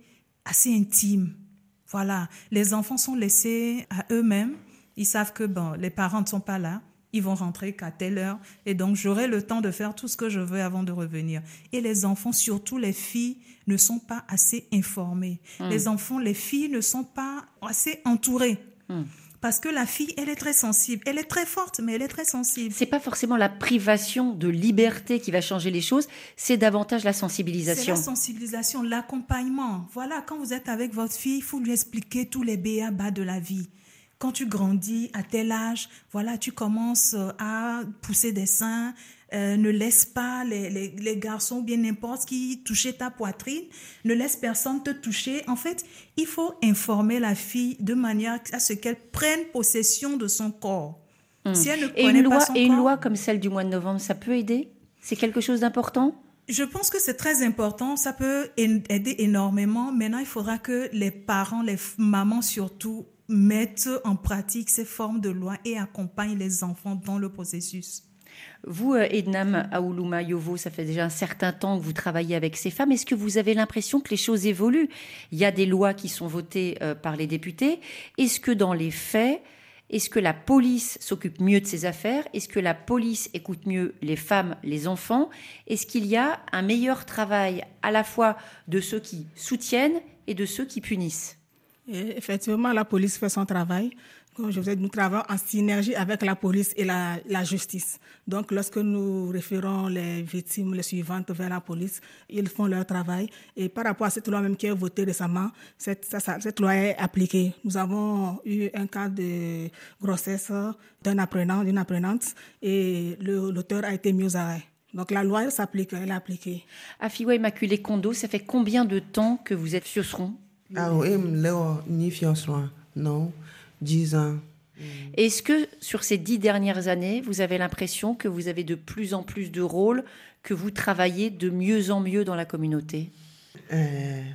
intime. Voilà. Les enfants sont laissés à eux-mêmes. Ils savent que les parents ne sont pas là. Ils vont rentrer qu'à telle heure et donc j'aurai le temps de faire tout ce que je veux avant de revenir. Et les enfants, surtout les filles, ne sont pas assez informées. Les filles ne sont pas assez entourées. Parce que la fille, elle est très sensible. Elle est très forte, mais elle est très sensible. C'est pas forcément la privation de liberté qui va changer les choses, c'est davantage la sensibilisation. C'est la sensibilisation, l'accompagnement. Voilà, quand vous êtes avec votre fille, il faut lui expliquer tous les b.a.-ba de la vie. Quand tu grandis à tel âge, voilà, tu commences à pousser des seins, ne laisse pas les garçons ou bien n'importe qui toucher ta poitrine, ne laisse personne te toucher. En fait, il faut informer la fille de manière à ce qu'elle prenne possession de son corps. Si elle ne connaît pas son corps... Et une loi comme celle du mois de novembre, ça peut aider ? C'est quelque chose d'important ? Je pense que c'est très important, ça peut aider énormément. Maintenant, il faudra que les parents, les mamans surtout, mettent en pratique ces formes de loi et accompagnent les enfants dans le processus. Vous, Ednam Aoulouma Yovo, ça fait déjà un certain temps que vous travaillez avec ces femmes. Est-ce que vous avez l'impression que les choses évoluent ? Il y a des lois qui sont votées par les députés. Est-ce que dans les faits, est-ce que la police s'occupe mieux de ces affaires ? Est-ce que la police écoute mieux les femmes, les enfants ? Est-ce qu'il y a un meilleur travail à la fois de ceux qui soutiennent et de ceux qui punissent ? Et effectivement, la police fait son travail. Comme je vous ai dit, nous travaillons en synergie avec la police et la justice. Donc, lorsque nous référons les victimes, les suivantes vers la police, ils font leur travail. Et par rapport à cette loi même qui est votée récemment, cette loi est appliquée. Nous avons eu un cas de grossesse d'un apprenant, d'une apprenante, et l'auteur a été mis aux arrêts. Donc la loi, elle s'applique, elle est appliquée. Afiwa Immaculée Kondo, ça fait combien de temps que vous êtes Fiosron ? Non, 10 ans. Est-ce que sur ces 10 dernières années, vous avez l'impression que vous avez de plus en plus de rôles, que vous travaillez de mieux en mieux dans la communauté ? Elle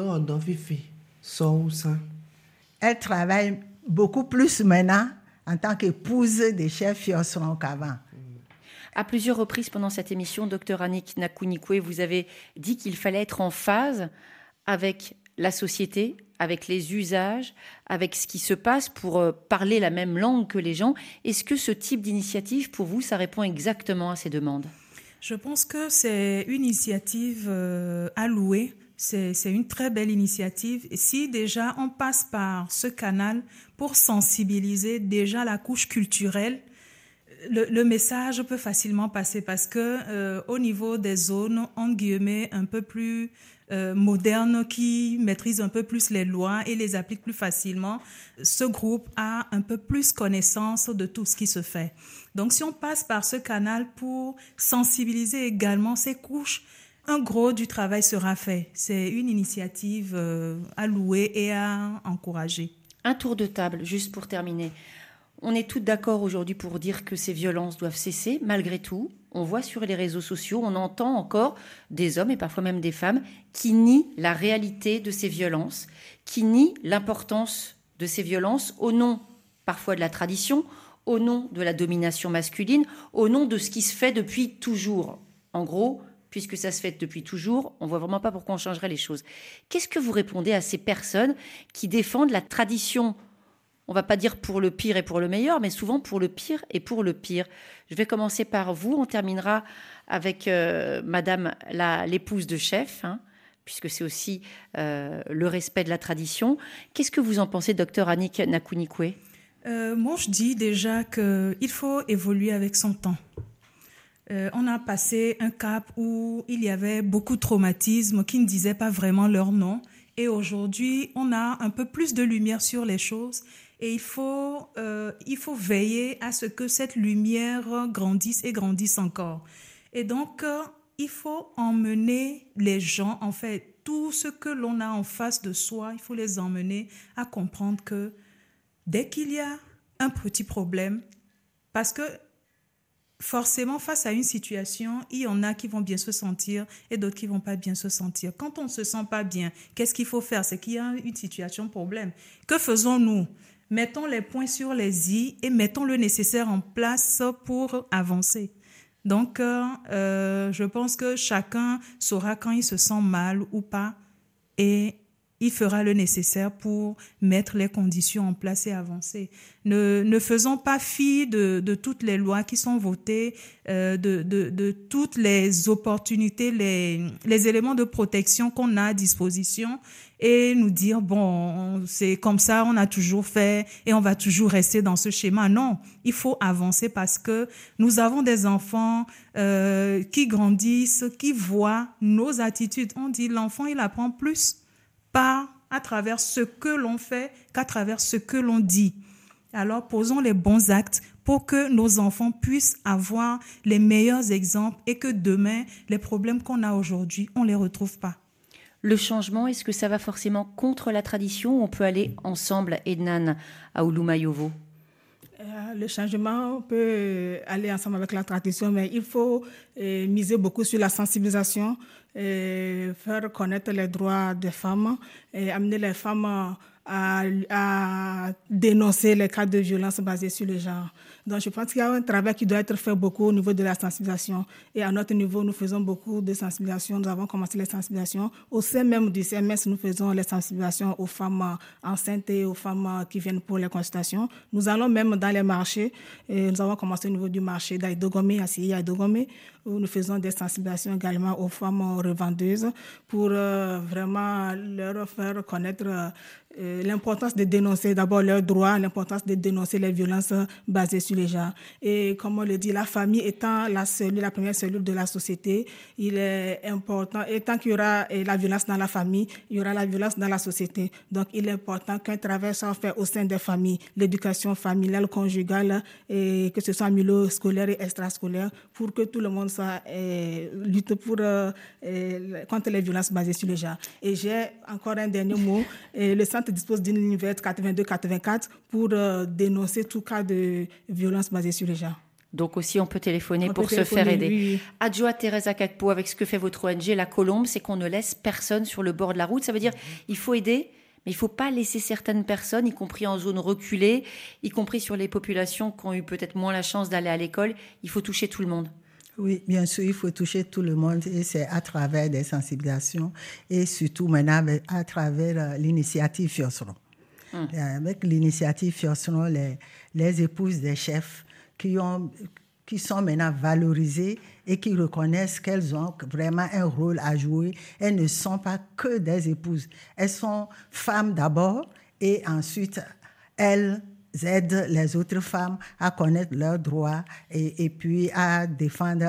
travaille beaucoup plus maintenant en tant qu'épouse des chefs Fiosron qu'avant. À plusieurs reprises pendant cette émission, Dr Annick Nakunikwe, vous avez dit qu'il fallait être en phase avec la société, avec les usages, avec ce qui se passe pour parler la même langue que les gens. Est-ce que ce type d'initiative, pour vous, ça répond exactement à ces demandes ? Je pense que c'est une initiative à louer. C'est une très belle initiative. Et si déjà on passe par ce canal pour sensibiliser déjà la couche culturelle, le message peut facilement passer parce que au niveau des zones, entre guillemets, un peu plus modernes, qui maîtrisent un peu plus les lois et les appliquent plus facilement, ce groupe a un peu plus connaissance de tout ce qui se fait. Donc, si on passe par ce canal pour sensibiliser également ces couches, un gros du travail sera fait. C'est une initiative à louer et à encourager. Un tour de table, juste pour terminer. On est toutes d'accord aujourd'hui pour dire que ces violences doivent cesser. Malgré tout, on voit sur les réseaux sociaux, on entend encore des hommes et parfois même des femmes qui nient la réalité de ces violences, qui nient l'importance de ces violences au nom parfois de la tradition, au nom de la domination masculine, au nom de ce qui se fait depuis toujours. En gros, puisque ça se fait depuis toujours, on ne voit vraiment pas pourquoi on changerait les choses. Qu'est-ce que vous répondez à ces personnes qui défendent la tradition ? On ne va pas dire pour le pire et pour le meilleur, mais souvent pour le pire et pour le pire. Je vais commencer par vous. On terminera avec madame l'épouse de chef, puisque c'est aussi le respect de la tradition. Qu'est-ce que vous en pensez, docteur Annick Nakunikwe ? Moi, je dis déjà qu'il faut évoluer avec son temps. On a passé un cap où il y avait beaucoup de traumatismes qui ne disaient pas vraiment leur nom. Et aujourd'hui, on a un peu plus de lumière sur les choses. Et il faut veiller à ce que cette lumière grandisse et grandisse encore. Et donc, il faut emmener les gens, en fait, tout ce que l'on a en face de soi, il faut les emmener à comprendre que dès qu'il y a un petit problème, parce que forcément, face à une situation, il y en a qui vont bien se sentir et d'autres qui ne vont pas bien se sentir. Quand on ne se sent pas bien, qu'est-ce qu'il faut faire ? C'est qu'il y a une situation problème. Que faisons-nous ? Mettons les points sur les i et mettons le nécessaire en place pour avancer. Donc, je pense que chacun saura quand il se sent mal ou pas et il fera le nécessaire pour mettre les conditions en place et avancer. Ne faisons pas fi de toutes les lois qui sont votées, de toutes les opportunités, les éléments de protection qu'on a à disposition et nous dire, bon, c'est comme ça, on a toujours fait et on va toujours rester dans ce schéma. Non, il faut avancer parce que nous avons des enfants qui grandissent, qui voient nos attitudes. On dit, l'enfant, il apprend plus pas à travers ce que l'on fait qu'à travers ce que l'on dit. Alors, posons les bons actes pour que nos enfants puissent avoir les meilleurs exemples et que demain, les problèmes qu'on a aujourd'hui, on ne les retrouve pas. Le changement, est-ce que ça va forcément contre la tradition ou on peut aller ensemble, Ednan Aouloumayovo ? Le changement peut aller ensemble avec la tradition, mais il faut miser beaucoup sur la sensibilisation, faire connaître les droits des femmes et amener les femmes à dénoncer les cas de violence basés sur le genre. Donc, je pense qu'il y a un travail qui doit être fait beaucoup au niveau de la sensibilisation. Et à notre niveau, nous faisons beaucoup de sensibilisation. Nous avons commencé les sensibilisations. Au sein même du CMS, nous faisons les sensibilisations aux femmes enceintes et aux femmes qui viennent pour les consultations. Nous allons même dans les marchés. Et nous avons commencé au niveau du marché d'Aïdogomé, à Sili Aïdogomé, où nous faisons des sensibilisations également aux femmes revendeuses pour vraiment leur faire connaître l'importance de dénoncer d'abord leurs droits, l'importance de dénoncer les violences basées sur les genres. Et comme on le dit, la famille étant la première cellule de la société, il est important, et tant qu'il y aura la violence dans la famille, il y aura la violence dans la société. Donc, il est important qu'un travail soit fait au sein des familles, l'éducation familiale, conjugale, et que ce soit en milieu scolaire et extrascolaire, pour que tout le monde soit lutte contre les violences basées sur les genres. Et j'ai encore un dernier mot. Le centre dispose d'une ligne verte 82-84 pour dénoncer tout cas de violence basée sur les genres. Donc aussi, on peut téléphoner pour se faire aider. Oui. Adjoa Teresa Kakpo, avec ce que fait votre ONG, La Colombe, c'est qu'on ne laisse personne sur le bord de la route. Ça veut dire qu'il faut aider, mais il ne faut pas laisser certaines personnes, y compris en zone reculée, y compris sur les populations qui ont eu peut-être moins la chance d'aller à l'école. Il faut toucher tout le monde. Oui, bien sûr, il faut toucher tout le monde et c'est à travers des sensibilisations et surtout maintenant à travers l'initiative Fiosron. Avec l'initiative Fiosron, les épouses des chefs qui sont maintenant valorisées et qui reconnaissent qu'elles ont vraiment un rôle à jouer. Elles ne sont pas que des épouses. Elles sont femmes d'abord et ensuite elles aident les autres femmes à connaître leurs droits et puis à défendre,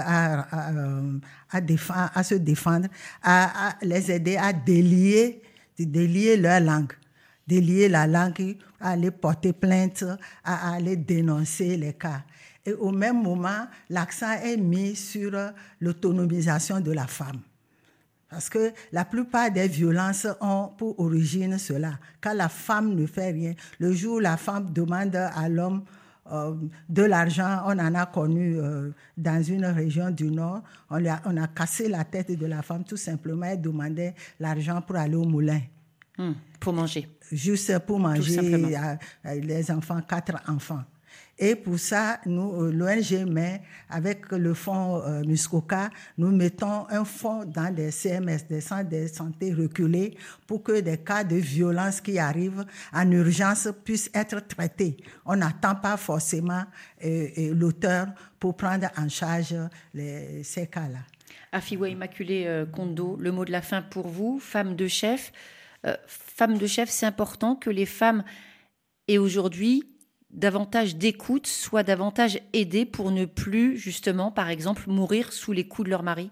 à se défendre, à les aider à délier leur langue. Délier la langue, à aller porter plainte, à aller dénoncer les cas. Et au même moment, l'accent est mis sur l'autonomisation de la femme. Parce que la plupart des violences ont pour origine cela. Quand la femme ne fait rien, le jour où la femme demande à l'homme de l'argent, on en a connu dans une région du Nord, on a cassé la tête de la femme, tout simplement, elle demandait l'argent pour aller au moulin. Pour manger. Juste pour manger les enfants, 4 enfants. Et pour ça, nous, l'ONG met, avec le fonds Muskoka, nous mettons un fonds dans des CMS, des centres de santé reculés, pour que des cas de violence qui arrivent en urgence puissent être traités. On n'attend pas forcément l'auteur pour prendre en charge ces cas-là. Afiwa Immaculée Kondo, le mot de la fin pour vous, femme de chef. Femme de chef, c'est important que les femmes aient aujourd'hui davantage d'écoute, soient davantage aidées pour ne plus, justement, par exemple, mourir sous les coups de leur mari.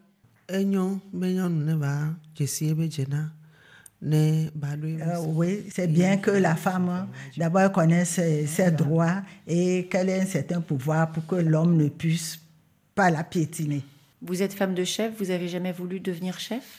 Oui, c'est bien que la femme d'abord connaisse ses droits et qu'elle ait un certain pouvoir pour que l'homme ne puisse pas la piétiner. Vous êtes femme de chef, vous avez jamais voulu devenir chef?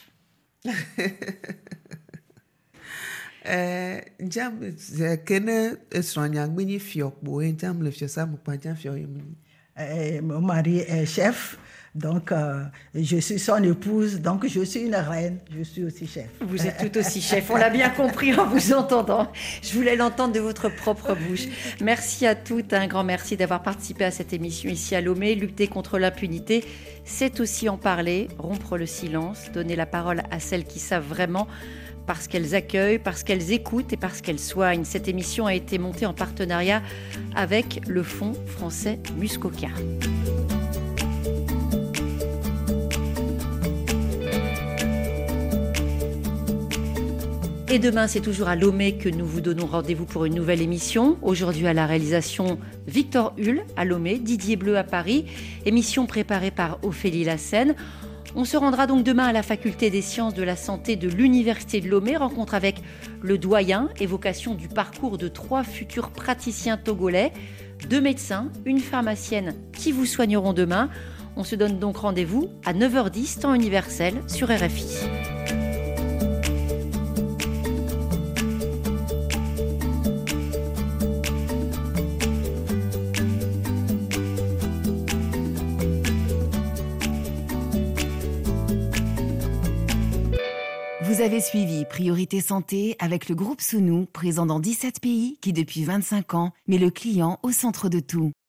Mon mari est chef, donc je suis son épouse, donc je suis une reine, je suis aussi chef. Vous êtes tout aussi chef, on l'a bien compris en vous entendant. Je voulais l'entendre de votre propre bouche. Merci à toutes, un grand merci d'avoir participé à cette émission ici à Lomé. Lutter contre l'impunité, c'est aussi en parler, rompre le silence, donner la parole à celles qui savent vraiment, parce qu'elles accueillent, parce qu'elles écoutent et parce qu'elles soignent. Cette émission a été montée en partenariat avec le Fonds français Muskoka. Et demain, c'est toujours à Lomé que nous vous donnons rendez-vous pour une nouvelle émission. Aujourd'hui à la réalisation, Victor Hull à Lomé, Didier Bleu à Paris. Émission préparée par Ophélie Lassène. On se rendra donc demain à la faculté des sciences de la santé de l'Université de Lomé, rencontre avec le doyen, évocation du parcours de 3 futurs praticiens togolais, 2 médecins, une pharmacienne qui vous soigneront demain. On se donne donc rendez-vous à 9h10 temps universel sur RFI. Vous avez suivi Priorité Santé avec le groupe Sounou, présent dans 17 pays qui depuis 25 ans met le client au centre de tout.